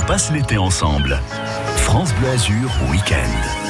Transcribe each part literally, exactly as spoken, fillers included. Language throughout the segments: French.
passe l'été ensemble. France Bleu Azur Week-end.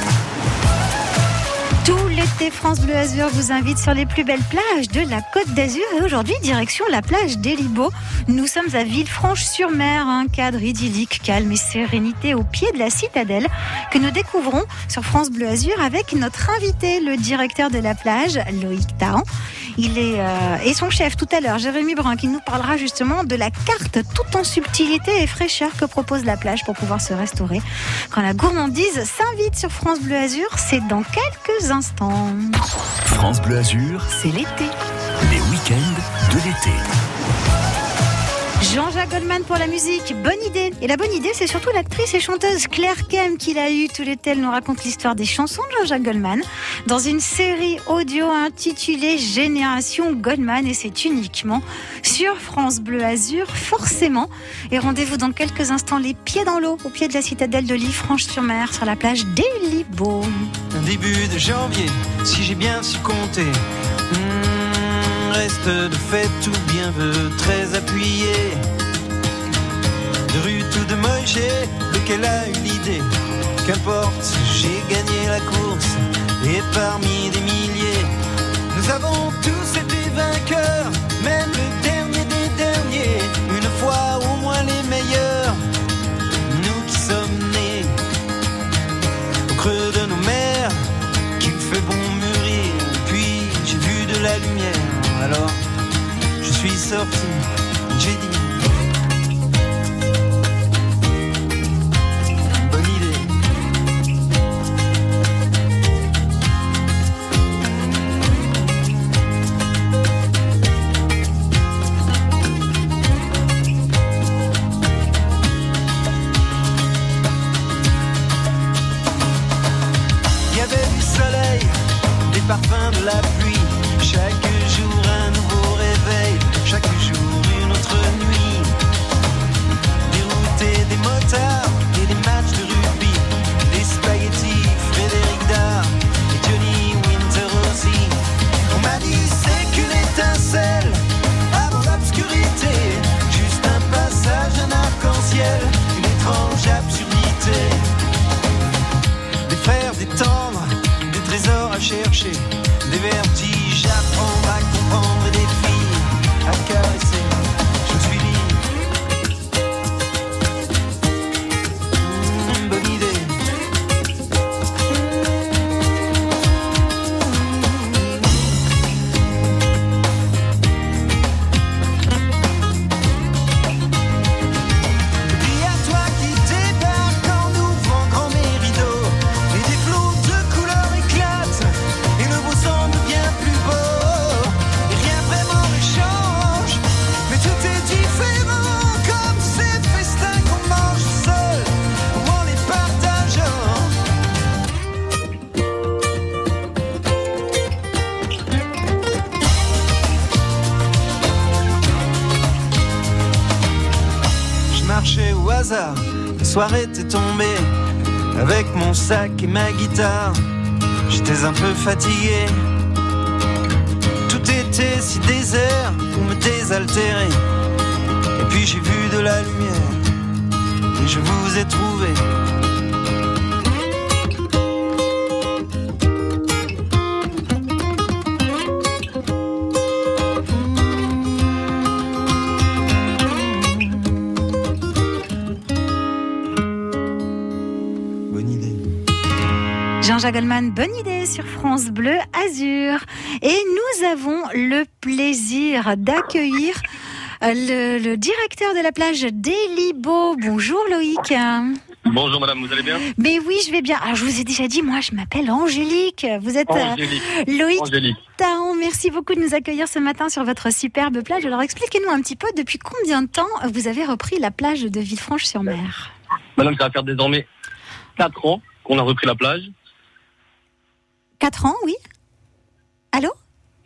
Tout l'été, France Bleu Azur vous invite sur les plus belles plages de la Côte d'Azur. Et aujourd'hui, direction la plage d'Elibaud. Nous sommes à Villefranche-sur-Mer, un cadre idyllique, calme et sérénité au pied de la citadelle que nous découvrons sur France Bleu Azur avec notre invité, le directeur de la plage, Loïc Tahan. Il est euh, et son chef tout à l'heure, Jérémy Brun, qui nous parlera justement de la carte tout en subtilité et fraîcheur que propose la plage pour pouvoir se restaurer. Quand la gourmandise s'invite sur France Bleu Azur, c'est dans quelques instants. France Bleu Azur, c'est l'été. Les week-ends de l'été. Jean-Jacques Goldman pour la musique, bonne idée. Et la bonne idée, c'est surtout l'actrice et chanteuse Claire Kem qui l'a eue tout l'été. Elle nous raconte l'histoire des chansons de Jean-Jacques Goldman dans une série audio intitulée Génération Goldman, et c'est uniquement sur France Bleu Azur, forcément. Et rendez-vous dans quelques instants, les pieds dans l'eau, au pied de la citadelle de Villefranche-sur-Mer, sur la plage d'Elibaud. Un début de janvier, si j'ai bien su compter. Mmh. Reste de fait tout bien veut très appuyé. De rue tout de Moïse, lequel a eu l'idée. Qu'importe, j'ai gagné la course. Et parmi des milliers, nous avons tous été vainqueurs. Même le dernier des derniers, une fois au moins les meilleurs. Nous qui sommes nés au creux de nos mers, qu'il fait bon mûrir. Puis j'ai vu de la lumière. Alors, je suis sorti, j'ai dit bonne idée. Il y avait du soleil, des parfums de la pluie. Chaque jour un nouveau réveil, chaque jour une autre nuit. Des routes et des motards et des matchs de rugby, des spaghettis, Frédéric Dard et Johnny Winter aussi. On m'a dit c'est qu'une étincelle avant l'obscurité, juste un passage, un arc-en-ciel, une étrange absurdité. Des frères, des tendres, des trésors à chercher, des vertiges à prendre, à comprendre et des filles à caresser. Je suis libre. Mmh, bonne idée. Et puis à toi qui débarque en ouvrant grand mes rideaux, et des flots de couleurs éclatent, et le beau semble bien plus beau. Et rien vraiment ne change, mais tout est différent, comme ces festins qu'on mange seul, ou en les partageant. Je marchais au hasard, la soirée était tombée, avec mon sac et ma guitare. J'étais un peu fatigué. Tout était si désert pour me désaltérer. Et puis j'ai vu de la lumière et je vous ai trouvé. Bonne idée. Jean-Jacques Goldman, bonne idée sur France Bleu Azur. Et nous avons le plaisir d'accueillir le, le directeur de la plage d'Elibaud. Bonjour Loïc. Bonjour madame, vous allez bien? Mais oui, je vais bien. Alors je vous ai déjà dit, moi je m'appelle Angélique. Vous êtes Angélique. euh, Loïc Angélique. Tahan. Merci beaucoup de nous accueillir ce matin sur votre superbe plage. Alors expliquez-nous un petit peu, depuis combien de temps vous avez repris la plage de Villefranche-sur-Mer? Madame, ça va faire désormais quatre ans qu'on a repris la plage. Quatre ans, oui. Allô?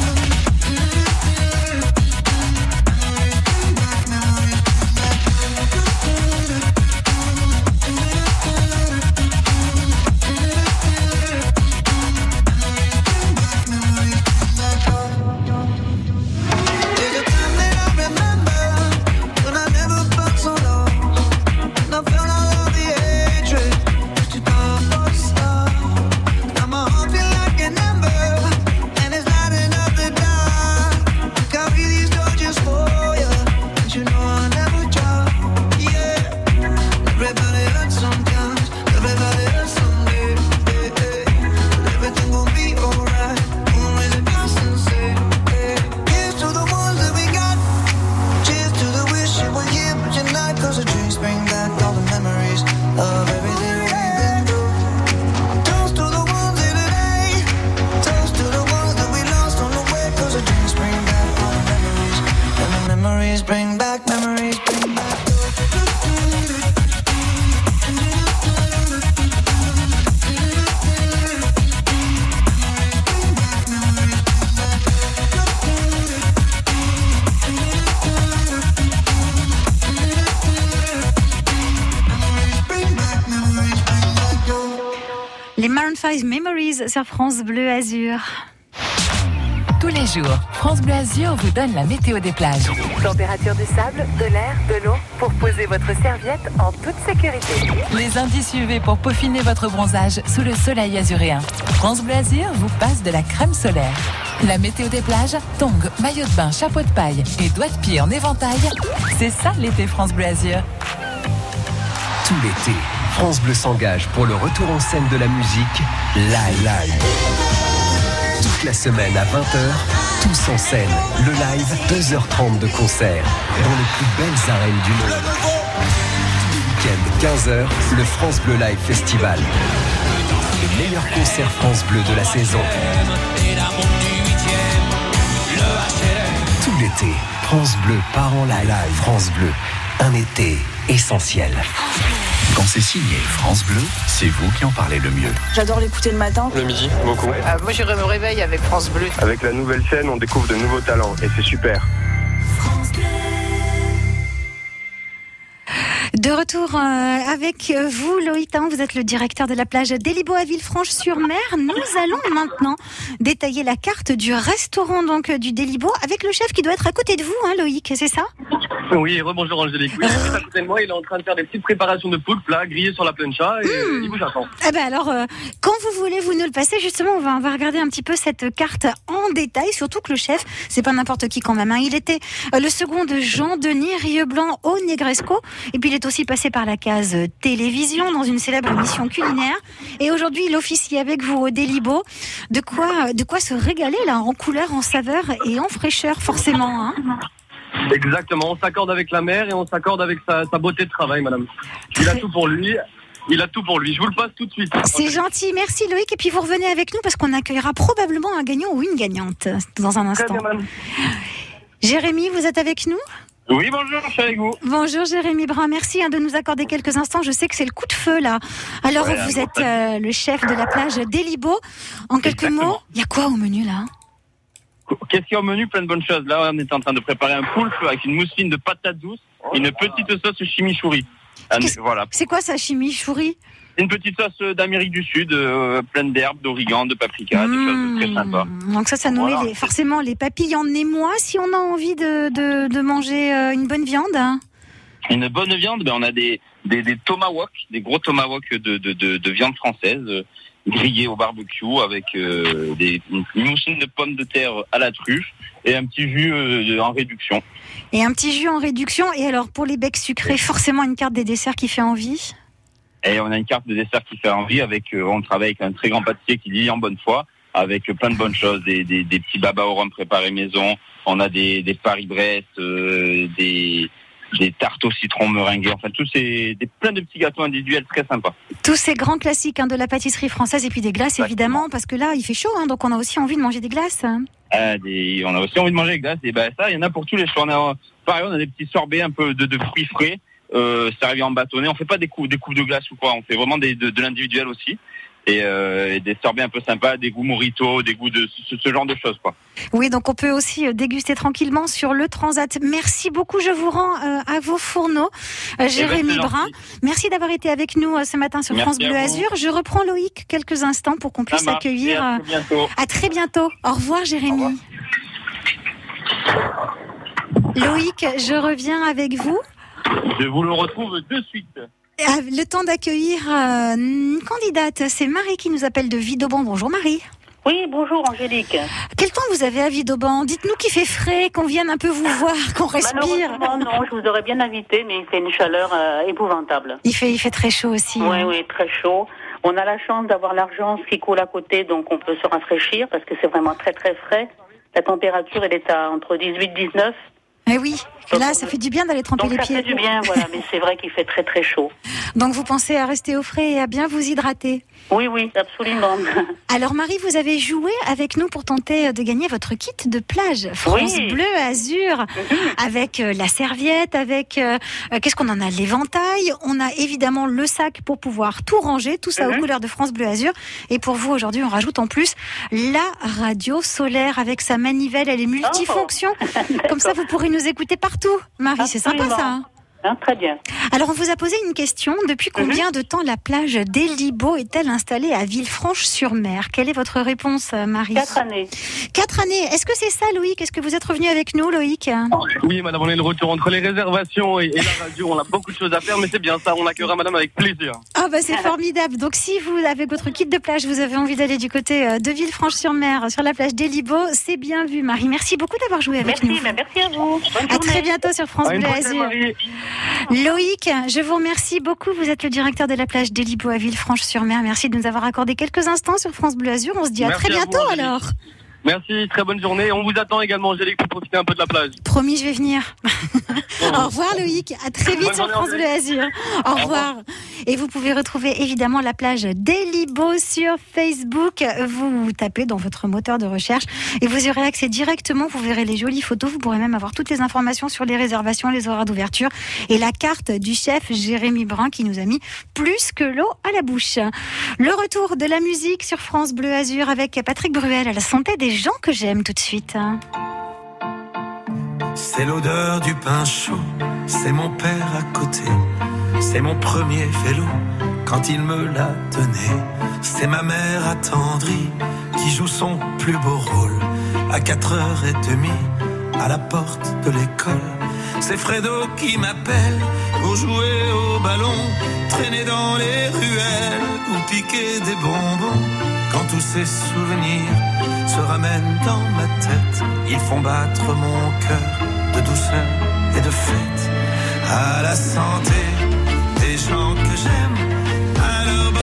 Bring back Les Maroon five Memories sur France Bleu Azur. Tous les jours, France Bleu Azur vous donne la météo des plages. Température du sable, de l'air, de l'eau, pour poser votre serviette en toute sécurité. Les indices U V pour peaufiner votre bronzage sous le soleil azuréen. France Bleu Azur vous passe de la crème solaire. La météo des plages, tongs, maillot de bain, chapeau de paille et doigts de pied en éventail. C'est ça l'été France Bleu Azur. Tout l'été, France Bleu s'engage pour le retour en scène de la musique live. live. Toute la semaine à vingt heures, tous en scène. Le live, deux heures trente de concert dans les plus belles arènes du monde. Tous les week-ends, quinze heures, le France Bleu Live Festival. Les meilleurs concerts France Bleu de la saison. Tout l'été, France Bleu part en live. France Bleu, un été essentiel. Quand c'est signé France Bleu, c'est vous qui en parlez le mieux. J'adore l'écouter le matin. Le midi, beaucoup. Euh, moi, je me réveille avec France Bleu. Avec la nouvelle scène, on découvre de nouveaux talents et c'est super. De retour euh, avec vous, Loïc Taon, vous êtes le directeur de la plage d'Elibo à Villefranche-sur-Mer. Nous allons maintenant détailler la carte du restaurant donc du Delibo avec le chef qui doit être à côté de vous, hein, Loïc, c'est ça ? Oui, rebonjour Angélique. Oui, il est à côté de moi, il est en train de faire des petites préparations de poulpe là, grillées sur la plancha et mmh. il vous attend. Eh ben alors, euh, quand vous voulez, vous nous le passez. Justement, on va, on va regarder un petit peu cette carte en détail, surtout que le chef, c'est pas n'importe qui quand même. Hein. Il était euh, le second de Jean-Denis Rieux-Blanc au Negresco, et puis il est aussi passé par la case télévision dans une célèbre émission culinaire. Et aujourd'hui, il officie avec vous au Delibo. De quoi, de quoi se régaler là, en couleur, en saveur et en fraîcheur, forcément. Hein. Exactement, on s'accorde avec la mer et on s'accorde avec sa, sa beauté de travail, madame. Il a tout pour lui, il a tout pour lui. Je vous le passe tout de suite. C'est okay. Gentil, merci Loïc. Et puis vous revenez avec nous parce qu'on accueillera probablement un gagnant ou une gagnante dans un instant. Très bien, madame. Jérémy, vous êtes avec nous ? Oui, bonjour, je suis avec vous. Bonjour Jérémy Brun, merci hein, de nous accorder quelques instants. Je sais que c'est le coup de feu là. Alors ouais, vous êtes euh, le chef de la plage d'Elibo. En quelques Exactement. mots, il y a quoi au menu là ? Qu'est-ce qu'il y a au menu ? Plein de bonnes choses. Là, on est en train de préparer un poulpe avec une mousseline de patates douces et une petite sauce chimichurri. Voilà. C'est quoi ça, chimichurri ? Une petite sauce d'Amérique du Sud, euh, pleine d'herbes, d'origan, de paprika, mmh. des choses très sympas. Donc ça, ça nous voilà. met les, forcément les papilles en émoi si on a envie de, de, de manger euh, une bonne viande. Hein. Une bonne viande, ben on a des, des, des tomahawks, des gros tomahawks de, de, de, de viande française. Euh, grillé au barbecue avec euh, des, une mousseline de pommes de terre à la truffe et un petit jus euh, en réduction. Et un petit jus en réduction. Et alors pour les becs sucrés, forcément une carte des desserts qui fait envie. Et on a une carte de dessert qui fait envie. Avec, euh, on travaille avec un très grand pâtissier qui dit en bonne foi, avec plein de bonnes choses, des, des, des petits babas au rhum préparés maison. On a des, des Paris-Brest, euh, des des tartes au citron meringuées, enfin tous ces des, plein de petits gâteaux individuels très sympas. Tous ces grands classiques hein, de la pâtisserie française et puis des glaces Exactement. évidemment parce que là il fait chaud hein, donc on a aussi envie de manger des glaces. Hein. Ah, des, on a aussi envie de manger des glaces et ben ça il y en a pour tous les choix. On a pareil on a des petits sorbets un peu de, de fruits frais euh, servis en bâtonnet. On fait pas des coupes des coupes de glace ou quoi, on fait vraiment des, de, de l'individuel aussi. Et, euh, et des sorbets un peu sympas, des goûts moritos, des goûts de ce, ce genre de choses quoi. Oui, donc on peut aussi déguster tranquillement sur le Transat. Merci beaucoup, je vous rends euh, à vos fourneaux, euh, Jérémy Brun. Merci d'avoir été avec nous euh, ce matin sur Merci France Bleu Azur. Je reprends Loïc quelques instants pour qu'on puisse accueillir. À très bientôt. À très bientôt. Au revoir, Jérémy. Au revoir. Loïc, je reviens avec vous. Je vous le retrouve de suite. Le temps d'accueillir euh, une candidate, c'est Marie qui nous appelle de Vidauban. Bonjour Marie. Oui, bonjour Angélique. Quel temps vous avez à Vidauban ? Dites-nous qu'il fait frais, qu'on vienne un peu vous voir, qu'on respire. Malheureusement non, je vous aurais bien invité, mais il fait une chaleur euh, épouvantable. Il fait, il fait très chaud aussi. Oui, hein. oui, très chaud. On a la chance d'avoir l'Argence qui coule à côté, donc on peut se rafraîchir parce que c'est vraiment très très frais. La température, elle est à entre dix-huit et dix-neuf. Eh oui, là, ça fait du bien d'aller tremper donc les ça pieds. Ça fait du bien, voilà, mais c'est vrai qu'il fait très très chaud. Donc vous pensez à rester au frais et à bien vous hydrater ? Oui, oui, absolument. Alors Marie, vous avez joué avec nous pour tenter de gagner votre kit de plage France oui. Bleu Azur, mm-hmm. avec la serviette, avec euh, qu'est-ce qu'on en a, l'éventail. On a évidemment le sac pour pouvoir tout ranger, tout ça mm-hmm. aux couleurs de France Bleu Azur. Et pour vous aujourd'hui, on rajoute en plus la radio solaire avec sa manivelle, elle est multifonction. Oh. Comme ça, vous pourrez nous écouter partout. Marie, absolument. C'est sympa ça. Hein. Hein, très bien. Alors, on vous a posé une question. Depuis combien mm-hmm. de temps la plage des Libots est-elle installée à Villefranche-sur-Mer? Quelle est votre réponse, Marie? Quatre années. Quatre années. Est-ce que c'est ça, Loïc? Est-ce que vous êtes revenu avec nous, Loïc? Oui, madame, on est de retour. Entre les réservations et, et la radio, on a beaucoup de choses à faire, mais c'est bien ça. On accueillera madame avec plaisir. Ah, bah, c'est formidable. Donc, si vous, avec votre kit de plage, vous avez envie d'aller du côté de Villefranche-sur-Mer, sur la plage des Libots, c'est bien vu, Marie. Merci beaucoup d'avoir joué avec merci, nous. Mais merci à vous. Bonne à très bientôt sur France Bleu Azur. Loïc, je vous remercie beaucoup. Vous êtes le directeur de la plage des Libots à Villefranche-sur-Mer. Merci de nous avoir accordé quelques instants sur France Bleu Azur. On se dit à Merci très bientôt à vous, alors. Merci, très bonne journée. On vous attend également, Angélique, pour profiter un peu de la plage. Promis, je vais venir. Au revoir Loïc, à très vite sur France Bleu Azur. Au revoir. Et vous pouvez retrouver évidemment la plage des Libots sur Facebook. Vous tapez dans votre moteur de recherche et vous y aurez accès directement. Vous verrez les jolies photos. Vous pourrez même avoir toutes les informations sur les réservations, les horaires d'ouverture et la carte du chef Jérémy Brun qui nous a mis plus que l'eau à la bouche. Le retour de la musique sur France Bleu Azur avec Patrick Bruel à la santé des gens que j'aime tout de suite. C'est l'odeur du pain chaud, c'est mon père à côté, c'est mon premier vélo quand il me l'a donné, c'est ma mère attendrie qui joue son plus beau rôle à quatre heures trente à la porte de l'école. C'est Fredo qui m'appelle pour jouer au ballon, traîner dans les ruelles ou piquer des bonbons. Quand tous ces souvenirs se ramènent dans ma tête, ils font battre mon cœur de douceur et de fête. À la santé des gens que j'aime.